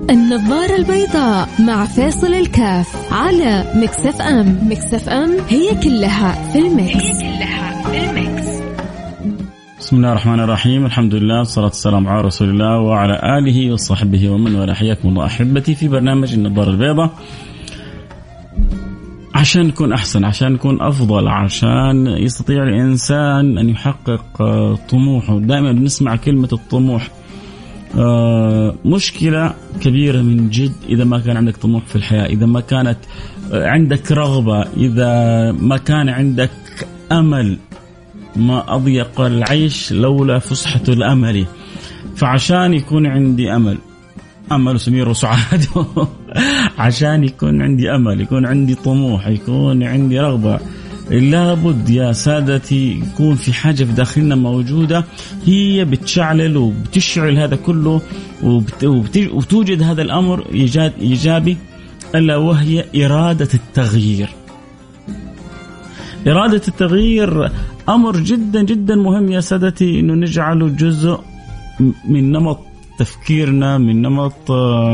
النظارة البيضاء مع فاصل الكاف على ميكس اف ام. ميكس اف ام هي كلها في الميكس. بسم الله الرحمن الرحيم. الحمد لله والصلاة والسلام على رسول الله وعلى آله وصحبه ومن والاه. حياكم الله أحبتي في برنامج النظارة البيضاء. عشان نكون أحسن، عشان نكون أفضل، عشان يستطيع الإنسان أن يحقق طموحه. دائما بنسمع كلمة الطموح، مشكلة كبيرة من جد إذا ما كان عندك طموح في الحياة، إذا ما كانت عندك رغبة، إذا ما كان عندك أمل. ما أضيق العيش لولا فسحة الأمل. فعشان يكون عندي أمل سمير وسعاد عشان يكون عندي أمل، يكون عندي طموح، يكون عندي رغبة، لابد يا سادتي يكون في حاجة في داخلنا موجودة هي بتشعلل وبتشعل هذا كله وتوجد هذا الأمر إيجابي، ألا وهي إرادة التغيير. إرادة التغيير أمر جدا جدا مهم يا سادتي، إنه نجعله جزء من نمط تفكيرنا، من نمط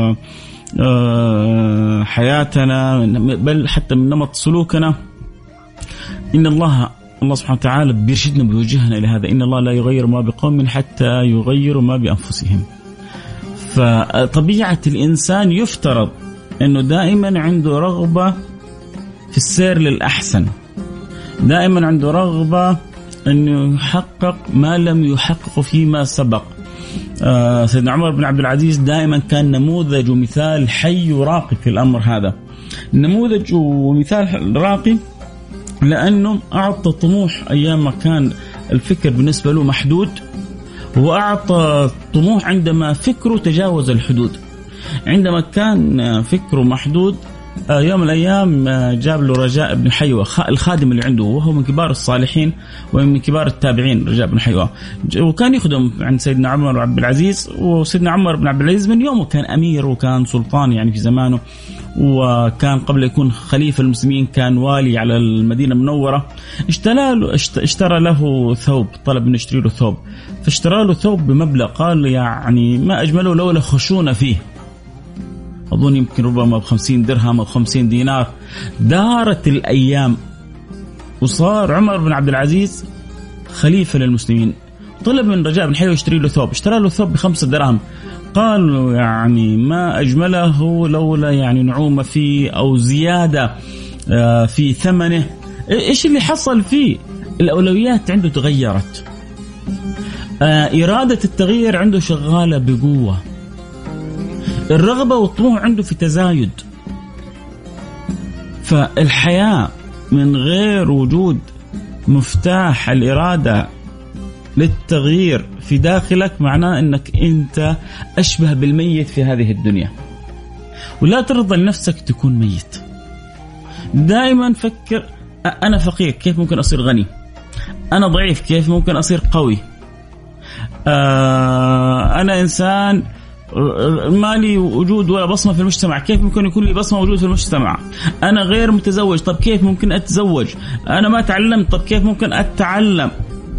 حياتنا، بل حتى من نمط سلوكنا. إن الله سبحانه وتعالى بيرشدنا بيوجهنا إلى هذا. إن الله لا يغير ما بقوم حتى يغيروا ما بأنفسهم. فطبيعة الإنسان يفترض أنه دائما عنده رغبة في السير للأحسن، دائما عنده رغبة أنه يحقق ما لم يحقق فيما سبق. سيدنا عمر بن عبد العزيز دائما كان نموذج ومثال حي وراقي في الأمر هذا. نموذج ومثال راقي لأنه أعطى طموح أيام ما كان الفكر بالنسبة له محدود، وأعطى طموح عندما فكره تجاوز الحدود. عندما كان فكره محدود يوم من الأيام جاب له رجاء بن حيوة الخادم اللي عنده، وهو من كبار الصالحين ومن كبار التابعين. رجاء بن حيوة وكان يخدم عند سيدنا عمر بن عبد العزيز، وسيدنا عمر بن عبد العزيز من يومه كان أمير وكان سلطان يعني في زمانه، وكان قبل يكون خليفة المسلمين كان والي على المدينة المنورة. اشترى له ثوب، طلب أن يشتري له ثوب، فاشترى له ثوب بمبلغ قال يعني ما أجمله لولا خشونة فيه، أظن يمكن ربما ب50 درهم أو 50 دينار. دارت الأيام وصار عمر بن عبد العزيز خليفة للمسلمين. طلب من رجاء بن حيوة يشتري له ثوب، اشترى له ثوب ب5 دراهم. قالوا يعني ما أجمله لولا يعني نعومة فيه أو زيادة في ثمنه. إيش اللي حصل فيه؟ الأولويات عنده تغيرت، إرادة التغيير عنده شغالة بقوة، الرغبة والطموح عنده في تزايد. فالحياة من غير وجود مفتاح الإرادة للتغيير في داخلك معناه أنك أنت أشبه بالميت في هذه الدنيا. ولا ترضى لنفسك تكون ميت. دائما فكر أنا فقير كيف ممكن أصير غني، أنا ضعيف كيف ممكن أصير قوي، أنا إنسان مالي وجود ولا بصمة في المجتمع كيف ممكن يكون لي بصمة وجود في المجتمع، أنا غير متزوج طب كيف ممكن أتزوج، أنا ما تعلمت طب كيف ممكن أتعلم.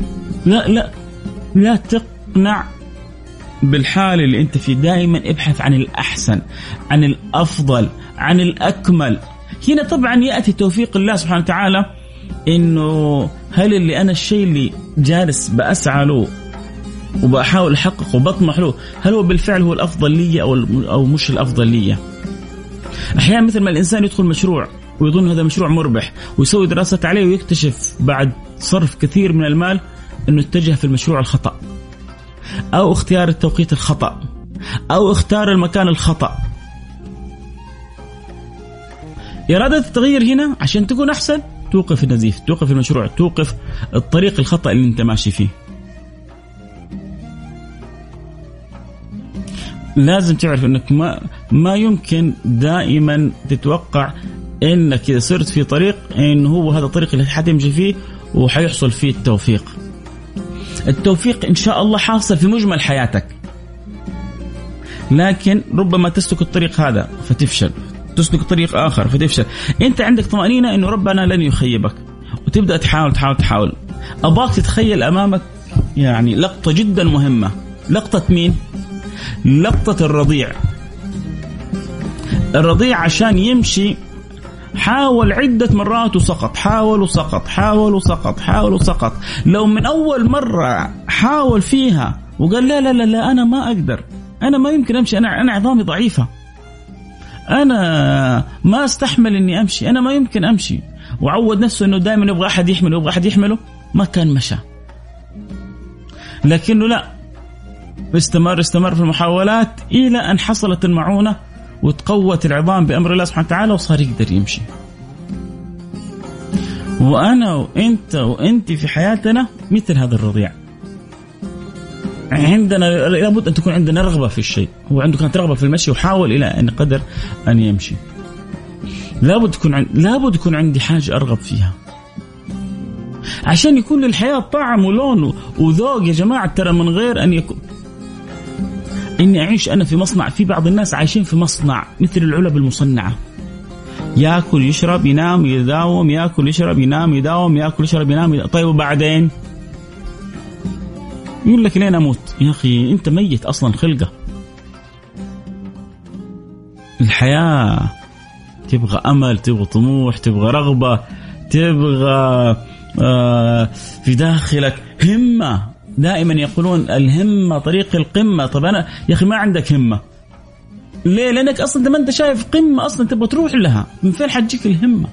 لا تقنع بالحال اللي أنت فيه. دائما ابحث عن الأحسن، عن الأفضل، عن الأكمل. هنا طبعا يأتي توفيق الله سبحانه وتعالى، إنه هل اللي أنا الشيء اللي جالس بأسعى له وبحاول أحققه وبطمح له هل هو بالفعل هو الأفضل لي أو مش الأفضل لي. أحيانا مثل ما الإنسان يدخل مشروع ويظن هذا مشروع مربح ويسوي دراسات عليه ويكتشف بعد صرف كثير من المال أنه اتجه في المشروع الخطأ، أو اختيار التوقيت الخطأ، أو اختار المكان الخطأ. إرادة التغيير هنا عشان تكون أحسن توقف النزيف، توقف المشروع، توقف الطريق الخطأ اللي انت ماشي فيه. لازم تعرف أنك ما يمكن دائما تتوقع أنك إذا صرت في طريق أنه هو هذا الطريق اللي حتمشي فيه وحيحصل فيه التوفيق. التوفيق إن شاء الله حاصل في مجمل حياتك، لكن ربما تسلك الطريق هذا فتفشل، تسلك طريق آخر فتفشل. أنت عندك طمأنينة أنه ربنا لن يخيبك، وتبدأ تحاول. أباك تتخيل أمامك يعني لقطة جدا مهمة. لقطة مين؟ لقطة الرضيع. الرضيع عشان يمشي حاول عدة مرات وسقط، حاول وسقط، حاول وسقط، حاول وسقط. لو من أول مرة حاول فيها وقال لا لا لا, لا أنا ما أقدر، أنا ما يمكن أمشي، أنا عظامي ضعيفة، أنا ما استحمل إني أمشي، أنا ما يمكن أمشي، وعود نفسه إنه دائما يبغى أحد يحمله، يبغى أحد يحمله، ما كان مشى. لكنه لا، استمر في المحاولات إلى أن حصلت المعونة وتقوت العظام بأمر الله سبحانه وتعالى وصار يقدر يمشي. وأنا وأنت في حياتنا مثل هذا الرضيع، عندنا لابد أن تكون عندنا رغبة في الشيء. هو عنده كانت رغبة في المشي وحاول إلى أن قدر أن يمشي. لابد يكون عندي حاجة أرغب فيها عشان يكون للحياة طعم ولون وذوق. يا جماعة ترى من غير أن يكون إني أعيش أنا في مصنع، في بعض الناس عايشين في مصنع مثل العلب المصنعة، يأكل يشرب ينام يداوم، يأكل يشرب ينام يداوم، يأكل يشرب ينام. طيب وبعدين يقول لك لين أموت. يا أخي أنت ميت أصلا خلقة. الحياة تبغى أمل، تبغى طموح، تبغى رغبة، تبغى في داخلك همة. دائما يقولون الهمة طريق القمة. طب أنا يا أخي ما عندك همة ليه؟ لأنك أصلا ما أنت شايف قمة أصلا تبغى تروح لها، من فين حتجيك الهمة؟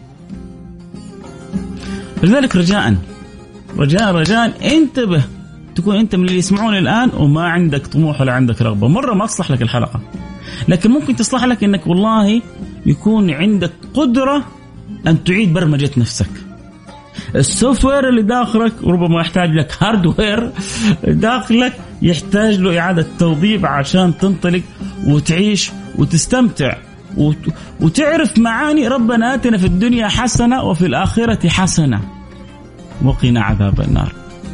لذلك رجاء انتبه، تكون أنت من اللي يسمعون الآن وما عندك طموح ولا عندك رغبة. مرة ما تصلح لك الحلقة، لكن ممكن تصلح لك إنك والله يكون عندك قدرة أن تعيد برمجة نفسك. السوفت وير اللي داخلك وربما يحتاج لك هاردوير داخلك، يحتاج له إعادة توظيف عشان تنطلق وتعيش وتستمتع وتعرف معاني ربنا آتنا في الدنيا حسنة وفي الآخرة حسنة وقنا عذاب النار.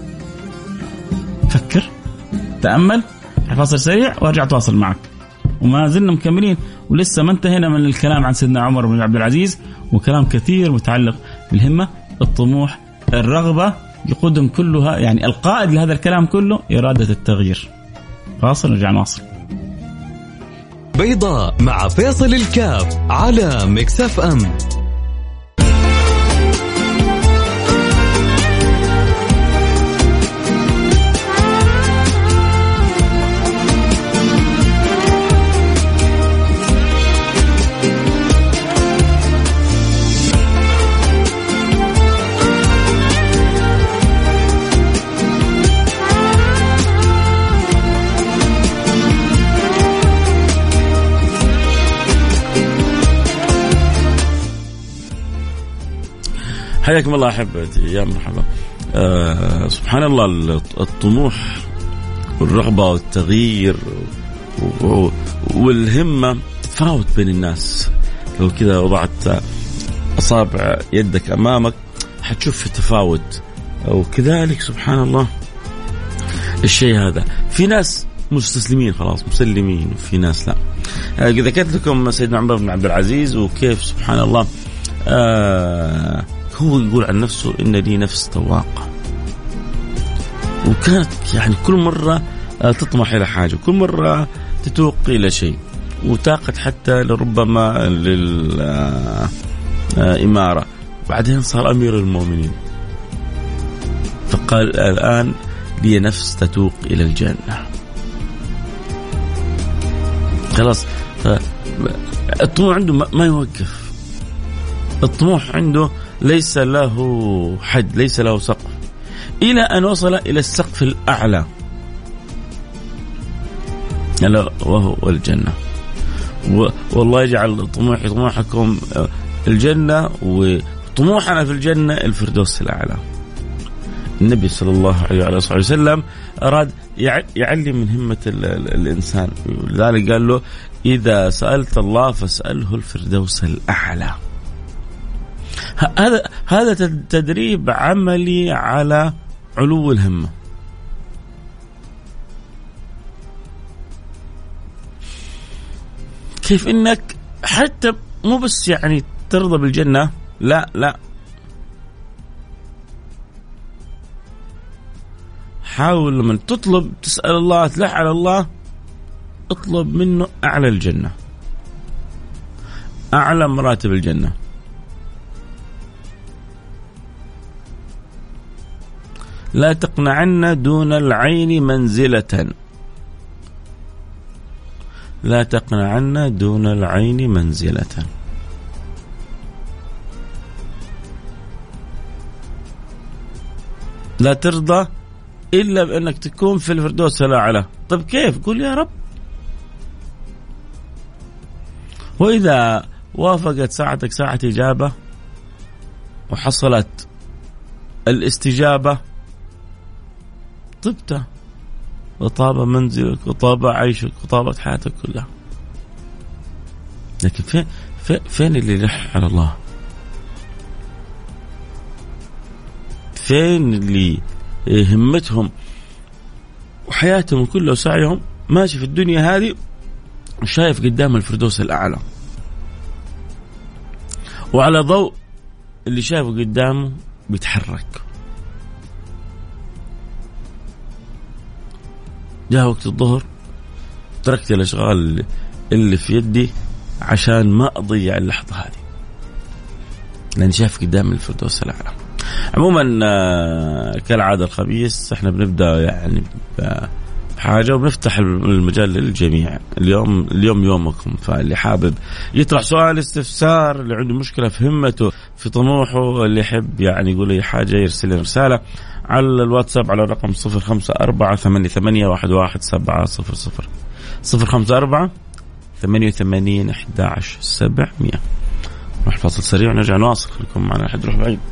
فكر، تأمل، فاصل سريع وارجع تواصل معك. وما زلنا مكملين ولسه ما انتهينا من الكلام عن سيدنا عمر بن عبد العزيز، وكلام كثير متعلق بالهمة، الطموح، الرغبة، يقدم كلها يعني القائد لهذا الكلام كله إرادة التغيير. فاصل ونرجع نواصل. بيضاء مع فيصل الكاف على ميكس اف ام. حياكم الله أحبتي، يا مرحبا. سبحان الله، الطموح والرغبة والتغيير والهمة تتفاوت بين الناس. لو كذا وضعت أصابع يدك أمامك حتشوف في تفاوت. وكذلك سبحان الله الشيء هذا، في ناس مستسلمين خلاص مسلمين، وفي ناس لا. ذكرت لكم سيدنا عمر بن عبد العزيز وكيف سبحان الله هو يقول عن نفسه إن لي نفس طواقة، وكانت يعني كل مرة تطمح إلى حاجة، كل مرة تتوق إلى شيء، وتاقت حتى لربما للإمارة. بعدين صار أمير المؤمنين، فقال الآن لي نفس تتوق إلى الجنة. خلاص الطموح عنده ما يوقف، الطموح عنده ليس له حد، ليس له سقف، إلى أن وصل إلى السقف الأعلى وهو الجنة. والله يجعل طموحكم الجنة، وطموحنا في الجنة الفردوس الأعلى. النبي صلى الله عليه وسلم أراد يعلم من همة الإنسان، لذلك قال له إذا سألت الله فاسأله الفردوس الأعلى. هذا تدريب عملي على علو الهمة. كيف إنك حتى مو بس يعني ترضى بالجنة، لا حاول لما تطلب تسأل الله تلح على الله، اطلب منه أعلى الجنة. أعلى مراتب الجنة. لا تقنعن دون العين منزلة، لا تقنعن دون العين منزلة. لا ترضى إلا بأنك تكون في الفردوس الأعلى. طيب كيف؟ قول يا رب. وإذا وافقت ساعتك ساعة إجابة وحصلت الاستجابة طبت وطاب منزلك وطاب عيشك وطابت حياتك كلها. لكن فين اللي يلح على الله؟ فين اللي همتهم وحياتهم كلها وسعيهم ماشي في الدنيا هذه وشايف قدام الفردوس الأعلى، وعلى ضوء اللي شايفه قدامه بيتحرك. جاء وقت الظهر تركت الأشغال اللي في يدي عشان ما أضيع اللحظة هذه، لأن شايف قدام الفردوس الأعلى. عموما كالعادة الخبيث احنا بنبدأ يعني بحاجة وبنفتح المجال للجميع. اليوم يومكم، فاللي حابب يطرح سؤال استفسار، اللي عنده مشكلة في همته في طموحه، اللي يحب يعني يقول أي حاجة يرسل رسالة على الواتساب على الرقم 0548811700 0548811700. نروح فاصل سريع ونرجع نواصل. خليكم معنا لحد نروح بعيد.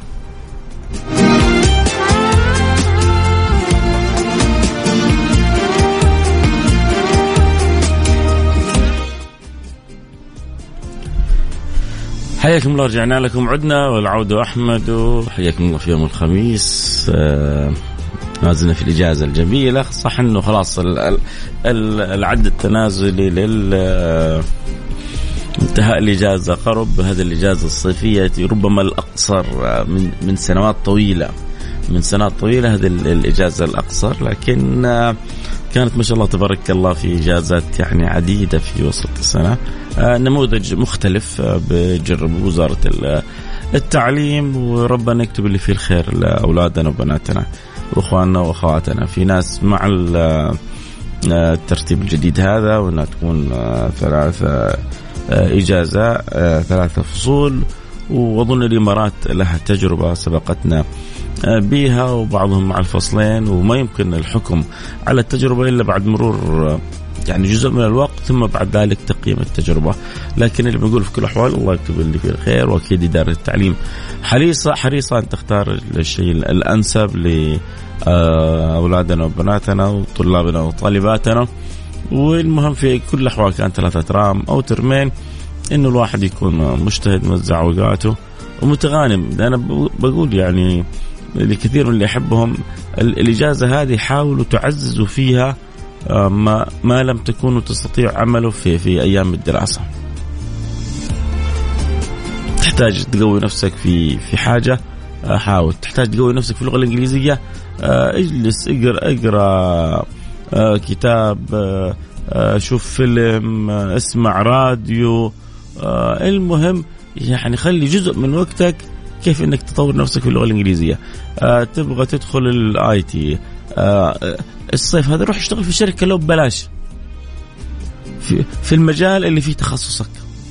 حياكم الله، رجعنا لكم، عدنا والعودة أحمد، وحياكم الله في يوم الخميس. ما زلنا في الإجازة الجميلة، صح إنه خلاص العد التنازلي انتهاء الإجازة قرب. هذه الإجازة الصيفية ربما الأقصر من سنوات طويلة، هذه الإجازة الأقصر، لكن كانت ما شاء الله تبارك الله في إجازات يعني عديدة في وسط السنة. نموذج مختلف بجرب وزارة التعليم، وربنا يكتب اللي فيه الخير لأولادنا وبناتنا وأخواننا وأخواتنا. في ناس مع الترتيب الجديد هذا، وأنها تكون 3 إجازة 3 فصول، وأظن الإمارات لها تجربة سبقتنا بها، وبعضهم مع الفصلين، وما يمكن الحكم على التجربة إلا بعد مرور يعني جزء من الوقت، ثم بعد ذلك تقييم التجربة. لكن اللي بنقول في كل الأحوال الله يكتب اللي فيه الخير، وأكيد إدارة التعليم حريصة أن تختار الشيء الأنسب لأولادنا وبناتنا وطلابنا وطالباتنا. والمهم في كل الأحوال كان 3 ترام أو ترمين إنه الواحد يكون مجتهد موزع أوقاته ومتغانم. أنا بقول يعني لكثير من اللي يحبهم الإجازة هذه حاولوا تعززوا فيها ما لم تكونوا تستطيع عمله في أيام الدراسة. تحتاج تقوي نفسك في حاجة، حاول. تحتاج تقوي نفسك في اللغة الإنجليزية، اجلس اقرأ كتاب، شوف فيلم، اسمع راديو. المهم يعني خلي جزء من وقتك كيف انك تطور نفسك في اللغة الإنجليزية. تبغى تدخل الاي تي الصيف هذا، روح اشتغل في شركة لو ببلاش في المجال اللي فيه تخصصك.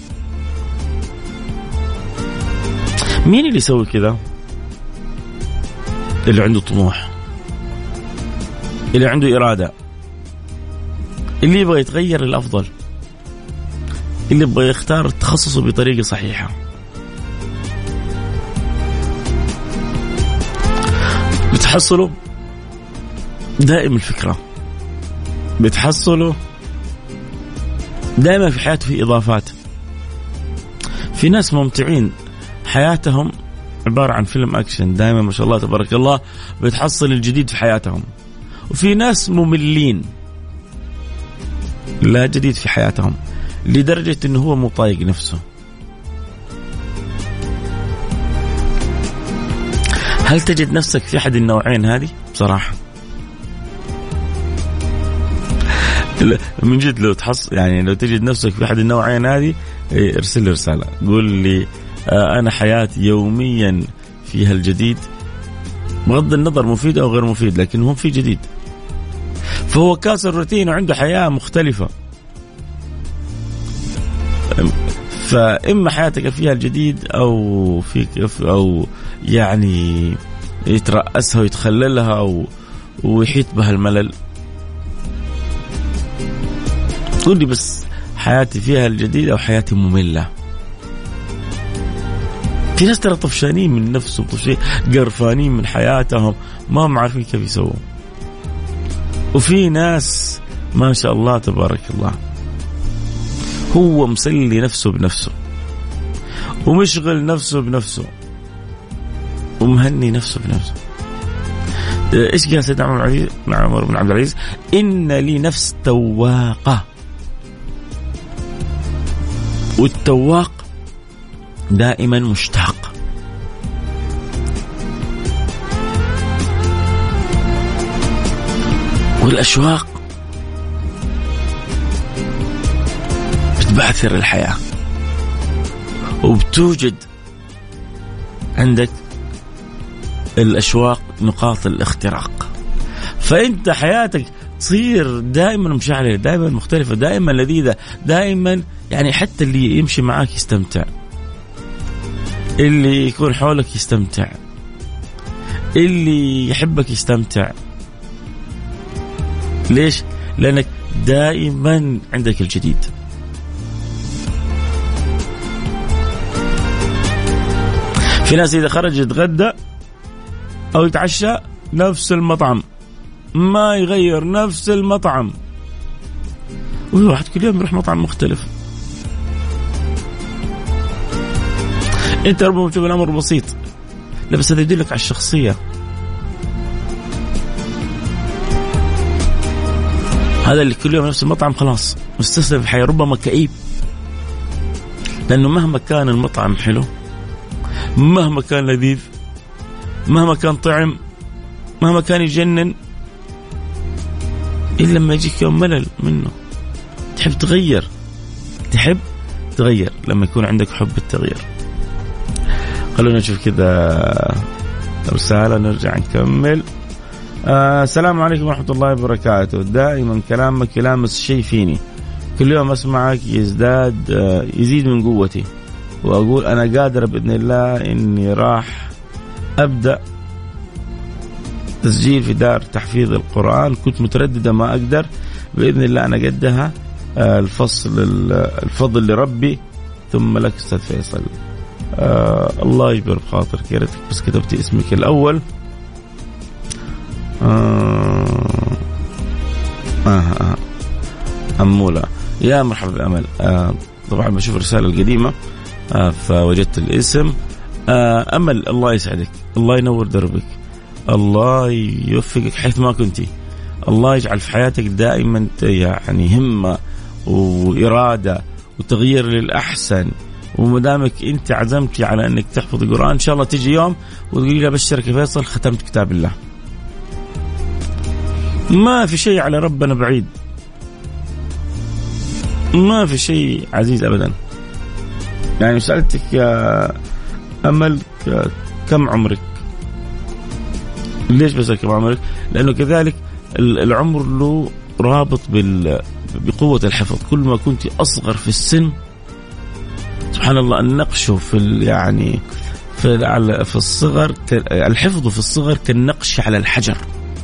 مين اللي يسوي كذا؟ اللي عنده طموح، اللي عنده إرادة، اللي يبغى يتغير الأفضل، اللي يبغى يختار تخصصه بطريقة صحيحة. بتحصلوا دائما الفكرة، بتحصلوا دائما في حياته في إضافات. في ناس ممتعين حياتهم عبارة عن فيلم أكشن دائما ما شاء الله تبارك الله، بتحصل الجديد في حياتهم. وفي ناس مملين لا جديد في حياتهم، لدرجة أنه هو مو طايق نفسه. هل تجد نفسك في أحد النوعين هذه؟ بصراحة من جد لو تحص يعني لو تجد نفسك في أحد النوعين هذه ارسل لي رسالة قول لي أنا حياتي يوميا فيها الجديد، بغض النظر مفيد أو غير مفيد لكن هم في جديد. فهو كاسر روتين وعنده حياة مختلفة. فإما حياتك فيها الجديد أو فيك أو يعني يترأسها ويتخللها ويحيط بها الملل. تقول لي بس حياتي فيها الجديد أو حياتي مملة. في ناس ترى طفشانين من نفسهم، قرفانين من حياتهم، ما هم عارفين كيف يسووا. وفي ناس ما شاء الله تبارك الله هو مسلي نفسه بنفسه ومشغل نفسه بنفسه ومهني نفسه بنفسه. إيش قال سيدنا عمر بن عبد العزيز؟ إن لي نفس تواقة، والتواق دائما مشتاق. والأشواق بتبعثر الحياة وبتوجد عندك الأشواق نقاط الاختراق. فأنت حياتك تصير دائما مشعلة، دائما مختلفة، دائما لذيذة، دائما يعني حتى اللي يمشي معاك يستمتع، اللي يكون حولك يستمتع، اللي يحبك يستمتع. ليش؟ لأنك دائما عندك الجديد. في ناس إذا خرج يتغدى أو يتعشى نفس المطعم، ما يغير نفس المطعم، وواحد كل يوم يروح مطعم مختلف. أنت ربما تشوف الأمر بسيط، لا بس هذا يدلك على الشخصية. هذا اللي كل يوم نفس المطعم خلاص مستسلم في الحياة، ربما كئيب، لأنه مهما كان المطعم حلو، مهما كان لذيذ، مهما كان طعم، مهما كان يجنن، إلا لما يجيك يوم ملل منه. تحب تغير لما يكون عندك حب التغيير. خلونا نشوف كذا رسالة نرجع نكمل. السلام عليكم ورحمة الله وبركاته. دائما كلامك يلامس شيء فيني، كل يوم أسمعك يزيد من قوتي، وأقول أنا قادر بإذن الله إني راح أبدأ تسجيل في دار تحفيظ القرآن. كنت مترددة ما أقدر، بإذن الله أنا قدها. الفضل لربي ثم لك أستاذ فيصل. الله يجبر بخاطرك، يا ريتك بس كتبتي اسمك الأول. أمولة يا مرحبا بأمل. طبعا بشوف الرسالة القديمة فوجدت الاسم. أمل الله يسعدك، الله ينور دربك، الله يوفقك حيث ما كنتي، الله يجعل في حياتك دائما يعني همة وإرادة وتغيير للأحسن. ومدامك أنت عزمتي على أنك تحفظ القرآن، إن شاء الله تيجي يوم وتقولي لي بشرك فيصل ختمت كتاب الله. ما في شيء على ربنا بعيد، ما في شيء عزيز أبدا. يعني سألتك يا أمل كم عمرك؟ ليش بس كم عمرك؟ لأنه كذلك العمر له رابط بقوة الحفظ. كل ما كنت أصغر في السن سبحان الله النقش في الصغر، الحفظ في الصغر كالنقش على الحجر.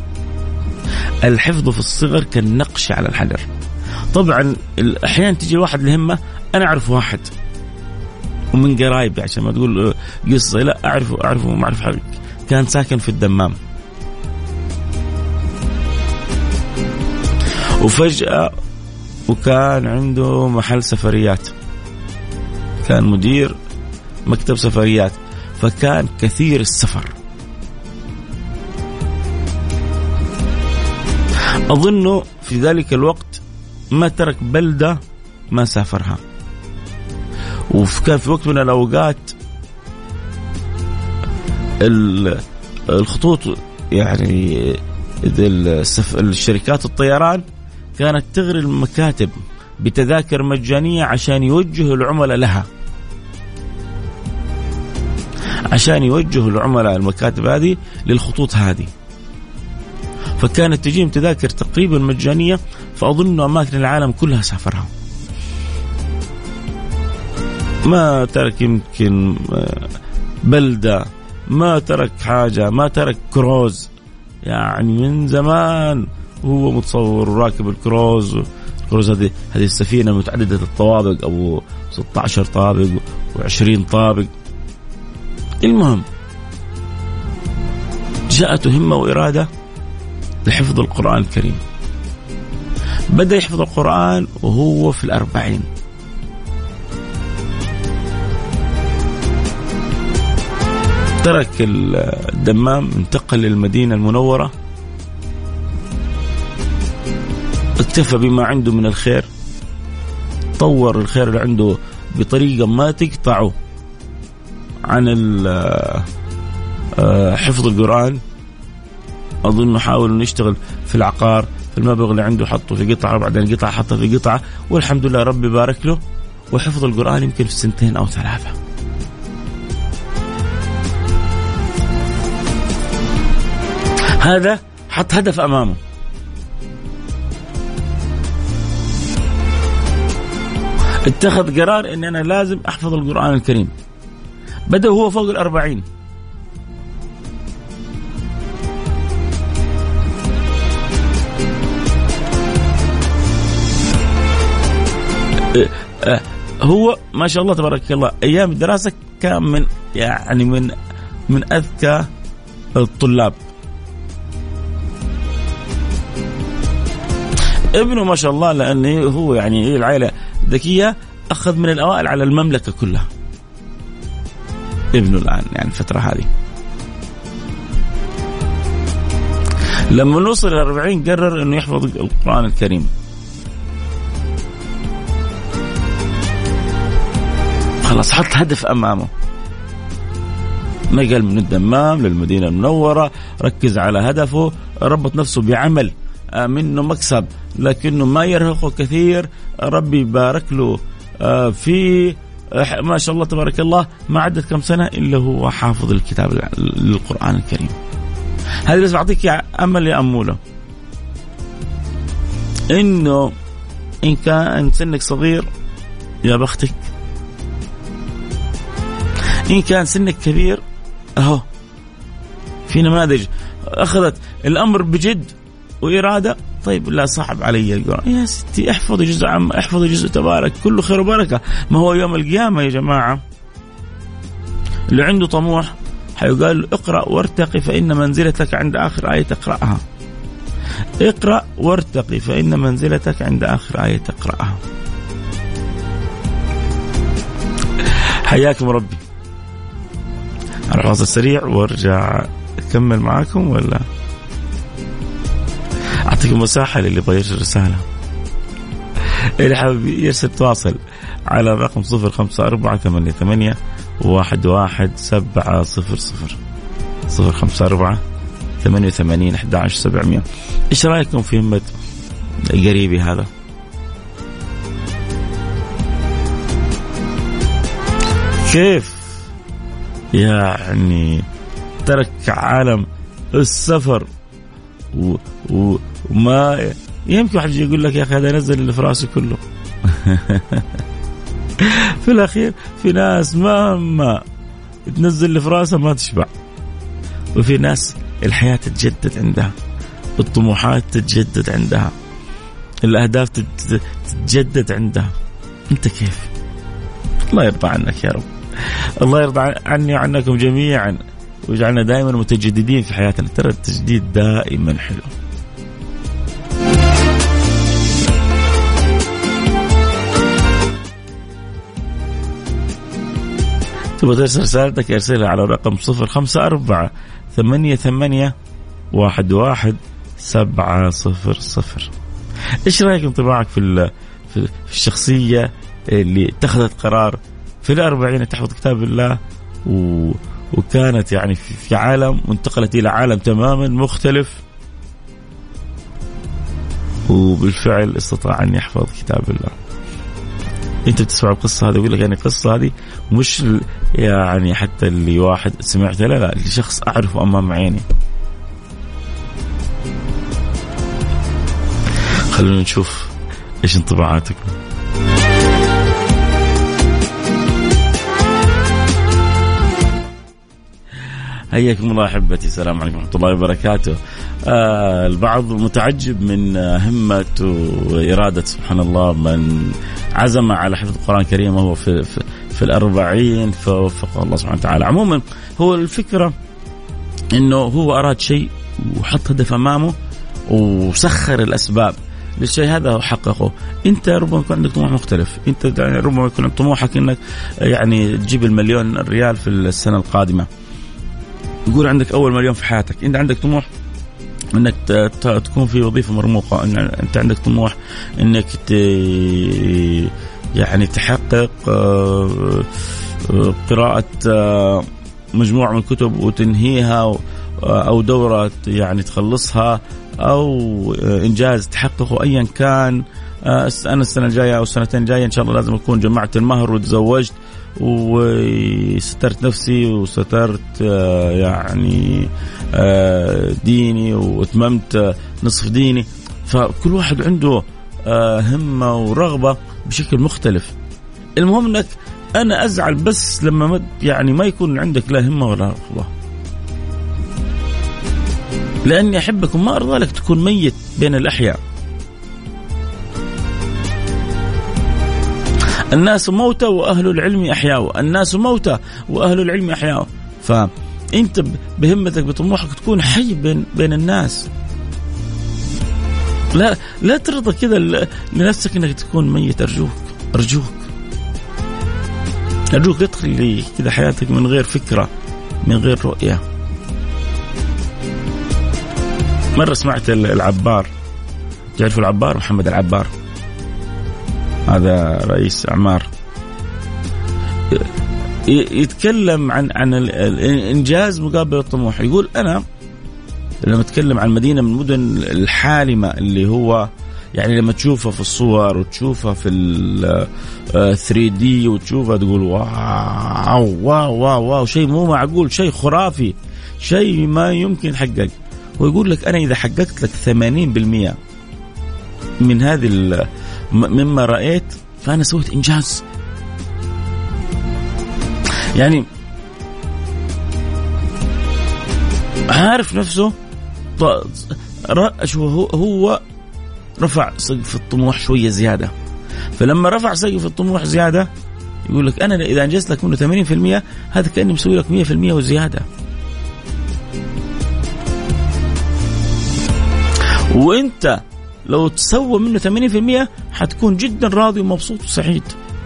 الحفظ في الصغر كالنقش على الحجر. طبعا أحيانا تجي واحد لهمة، أنا أعرف واحد ومن قرايبي عشان ما تقول قصة، لا أعرفه معرفة حقيقي، كان ساكن في الدمام وفجأة وكان عنده محل سفريات، كان مدير مكتب سفريات، فكان كثير السفر. أظنه في ذلك الوقت ما ترك بلدة ما سافرها. وكان في وقت من الأوقات الخطوط يعني الشركات الطيران كانت تغري المكاتب بتذاكر مجانية عشان يوجهوا العملاء لها، عشان يوجهوا العملاء المكاتب هذه للخطوط هذه. فكانت تجيهم تذاكر تقريبا مجانية، فأظن أماكن العالم كلها سافرها. ما ترك يمكن بلدة، ما ترك حاجة، ما ترك كروز. يعني من زمان هو متصور راكب الكروز. الكروز هذه السفينة متعددة الطوابق، أو 16 طابق و20 طابق. المهم جاءته همة وإرادة لحفظ القرآن الكريم. بدأ يحفظ القرآن وهو في 40. ترك الدمام، انتقل للمدينة المنورة، اكتفى بما عنده من الخير، طور الخير اللي عنده بطريقة ما تقطعه عن حفظ القرآن. أظن حاول أن يشتغل في العقار، في المبلغ اللي عنده حطه في قطعة، وبعدين قطعة حطه في قطعة، والحمد لله ربي بارك له، وحفظ القرآن يمكن في 2 أو 3. هذا حط هدف أمامه. اتخذ قرار أن أنا لازم أحفظ القرآن الكريم. بدأ هو فوق 40. هو ما شاء الله تبارك الله أيام الدراسة كان من أذكى الطلاب. ابنه ما شاء الله، لأنه هو يعني العائلة ذكية، أخذ من الأوائل على المملكة كلها. ابنه الآن يعني الفترة هذه لما نوصل 40 قرر أنه يحفظ القرآن الكريم. خلاص حط هدف أمامه، نقل من الدمام للمدينة المنورة، ركز على هدفه، ربط نفسه بعمل منه مكسب لكنه ما يرهقه كثير. ربي بارك له في ما شاء الله تبارك الله، ما عدت كم سنة إلا هو حافظ الكتاب للقرآن الكريم. هذا بس بعطيك أمل يا أمولة، إنه إن كان سنك صغير يا بختك، إن كان سنك كبير أهو في نماذج أخذت الأمر بجد وإرادة. طيب لا صعب علي القرآن يا ستي، احفظ جزء عام، احفظ جزء تبارك، كله خير وبركة. ما هو يوم القيامة يا جماعة اللي عنده طموح حيقال له اقرأ وارتقي فإن منزلتك عند آخر آية تقرأها. اقرأ وارتقي فإن منزلتك عند آخر آية تقرأها. حياكم ربي. على الفاصل السريع وارجع أكمل معاكم، ولا أعطيكم مساحة للي يبغى يرسل رسالة، اللي حابب يرسل تواصل على الرقم 0548811700 0548811700. إيش رأيكم في همة قريبي هذا؟ كيف يعني ترك عالم السفر وما يمكن واحد يقول لك يا أخي هذا نزل اللي في راسه كله. في الأخير في ناس مهما تنزل اللي في راسها ما تشبع، وفي ناس الحياة تتجدد عندها، الطموحات تتجدد عندها، الأهداف تتجدد عندها. أنت كيف؟ الله يرضى عنك يا رب، الله يرضى عني وعنكم جميعا، ويجعلنا دائما متجددين في حياتنا. ترى التجديد دائما حلو. تبغى ترسل رسالتك ارسلها على الرقم 0548811700. ايش رايك انطباعك في الشخصية اللي اتخذت قرار في 40 تحفظ كتاب الله وكانت يعني في عالم، وانتقلت إلى عالم تماما مختلف، وبالفعل استطاع أن يحفظ كتاب الله. أنت بتسمع القصة هذه يقول لك يعني القصة هذه مش يعني حتى اللي واحد سمعته، لا اللي شخص أعرفه أمام عيني. خلونا نشوف إيش انطباعاتكم. حياكم الله أحبتي، السلام عليكم ورحمة الله وبركاته. البعض متعجب من همة وإرادة سبحان الله من عزم على حفظ القرآن الكريم وهو في 40 فوفقه الله سبحانه وتعالى. عموما هو الفكرة إنه هو أراد شيء وحط هدف أمامه وسخر الأسباب للشيء هذا وحققه. أنت ربما يكون عندك طموح مختلف، أنت ربما يكون طموحك إنك يعني تجيب ال1,000,000 ريال في السنة القادمة. يقول عندك أول 1,000,000 في حياتك. أنت عندك طموح إنك تكون في وظيفة مرموقة. أنت عندك طموح إنك يعني تحقق قراءة مجموعة من الكتب وتنهيها، أو دورة يعني تخلصها، أو إنجاز تحققه أيا كان. أنا السنة الجاية أو السنتين الجاية إن شاء الله لازم أكون جمعت المهر وتزوجت وسترت نفسي وسترت يعني ديني واتممت نصف ديني. فكل واحد عنده همة ورغبة بشكل مختلف. المهم انك انا ازعل بس لما يعني ما يكون عندك لا همة ولا رغبة، لاني احبك وما ارضى لك تكون ميت بين الاحياء. الناس موتى وأهل العلم أحياء، الناس موتى وأهل العلم أحياء. فأنت بهمتك بطموحك تكون حي بين الناس. لا ترضى كذا لنفسك أنك تكون ميت. أرجوك ادخل لي كذا حياتك من غير فكرة، من غير رؤية. مرة سمعت العبار، تعرفوا العبار؟ محمد العبار هذا رئيس أعمار، يتكلم عن الإنجاز مقابل الطموح. يقول أنا لما أتكلم عن مدينة من المدن الحالمة اللي هو يعني لما تشوفها في الصور وتشوفها في 3D وتشوفها تقول واو واو واو واو، شيء مو معقول، شيء خرافي، شيء ما يمكن يتحقق. ويقول لك أنا إذا حققت لك 80% من هذه مما رأيت فأنا سويت إنجاز. يعني عارف نفسه هو رفع سقف الطموح شوية زيادة. فلما رفع سقف الطموح زيادة يقول لك أنا إذا أنجزت لك منه 80% هذا كأني مسوي لك 100% وزيادة. وإنت لو تسوى منه 80% حتكون جدا راضي ومبسوط وسعيد.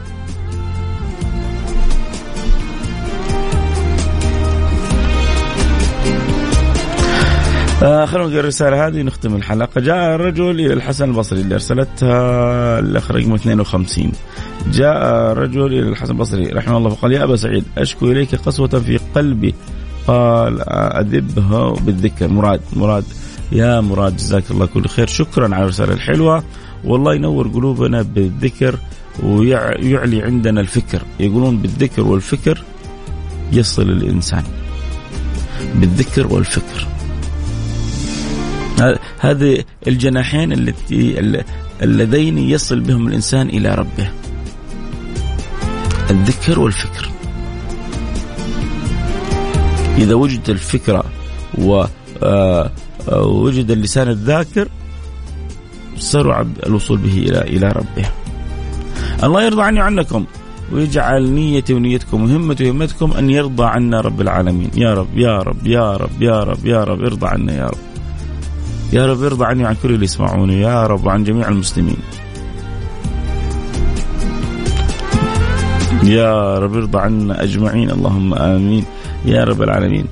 خلونا نقرأ الرسالة هذه نختم الحلقة. جاء رجل إلى الحسن البصري اللي أرسلتها الأخ رقم 52. جاء رجل إلى الحسن البصري رحمه الله فقال: يا أبا سعيد أشكو إليك قسوة في قلبي. قال: أذبها بالذكر. مراد يا مراد جزاك الله كل خير، شكرا على الرسالة الحلوة، والله ينور قلوبنا بالذكر ويعلي عندنا الفكر. يقولون بالذكر والفكر يصل الإنسان، بالذكر والفكر، هذه الجناحين اللذين يصل بهم الإنسان إلى ربه، الذكر والفكر. إذا وجد الفكرة ووجد اللسان الذاكر سرع الوصول به إلى ربه. الله يرضى عني وعنكم ويجعل نيتي ونيتكم وهمتي وهمتكم أن يرضى عنا رب العالمين. يا رب يا رب يا رب يا رب يا رب ارضى عنا يا رب. يا رب ارضى عني وعن كل اللي يسمعوني يا رب، وعن جميع المسلمين يا رب ارضى عنا أجمعين، اللهم آمين يا رب العالمين.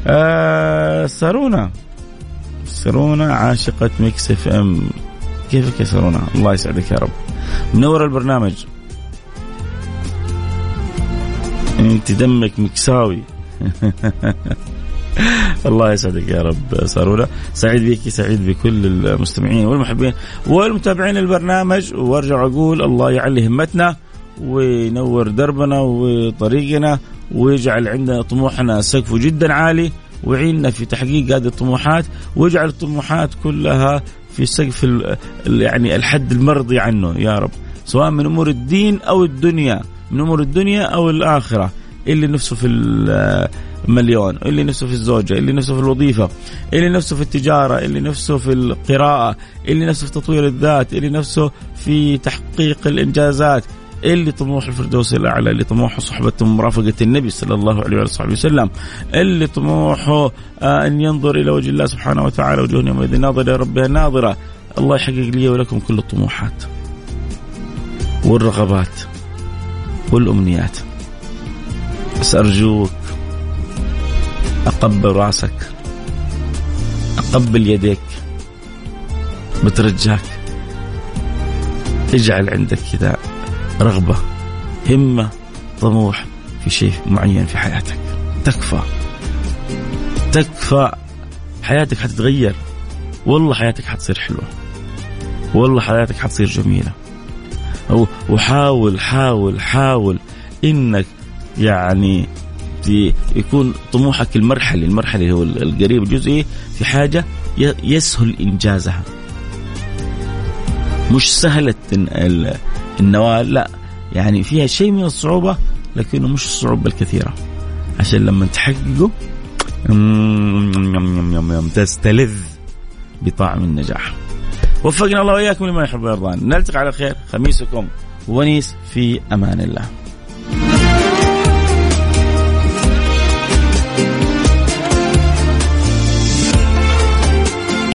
سارونا عاشقة ميكس اف ام، كيفك يا سارونا؟ الله يسعدك يا رب، منور البرنامج، انت دمك مكساوي. الله يسعدك يا رب سارولة. سعيد بك، سعيد بكل المستمعين والمحبين والمتابعين البرنامج. وارجع أقول الله يعلي همتنا وينور دربنا وطريقنا ويجعل عندنا طموحنا سقفه جدا عالي ويعيننا في تحقيق هذه الطموحات ويجعل الطموحات كلها في سقف يعني الحد المرضي عنه يا رب، سواء من أمور الدين أو الدنيا، من أمور الدنيا أو الآخرة. اللي نفسه في المليون، اللي نفسه في الزوجة، اللي نفسه في الوظيفة، اللي نفسه في التجارة، اللي نفسه في القراءة، اللي نفسه في تطوير الذات، اللي نفسه في تحقيق الإنجازات، اللي طموح الفردوس الأعلى، اللي طموحه صحبة مرافقة النبي صلى الله عليه وصحبه وسلم، اللي طموحه أن ينظر إلى وجه الله سبحانه وتعالى وجوه يومئذ ناظرة إلى ربها ناظرة. الله يحقق لي ولكم كل الطموحات والرغبات والأمنيات. بس أرجوك أقبل رأسك، أقبل يديك، بترجاك اجعل عندك كذا رغبة، همة، طموح في شيء معين في حياتك. تكفى حياتك حتتغير، والله حياتك حتصير حلوة، والله حياتك حتصير جميلة. وحاول حاول حاول إنك يعني يكون طموحك المرحلة هو القريب الجزئي في حاجة يسهل إنجازها، مش سهلة النوال، لا يعني فيها شيء من الصعوبة لكنه مش الصعوبة الكثيرة، عشان لما تحققه تستلذ بطعم النجاح. وفقنا الله وإياكم لما يحب ويرضى. نلتقي على خير، خميسكم ونيس في أمان الله.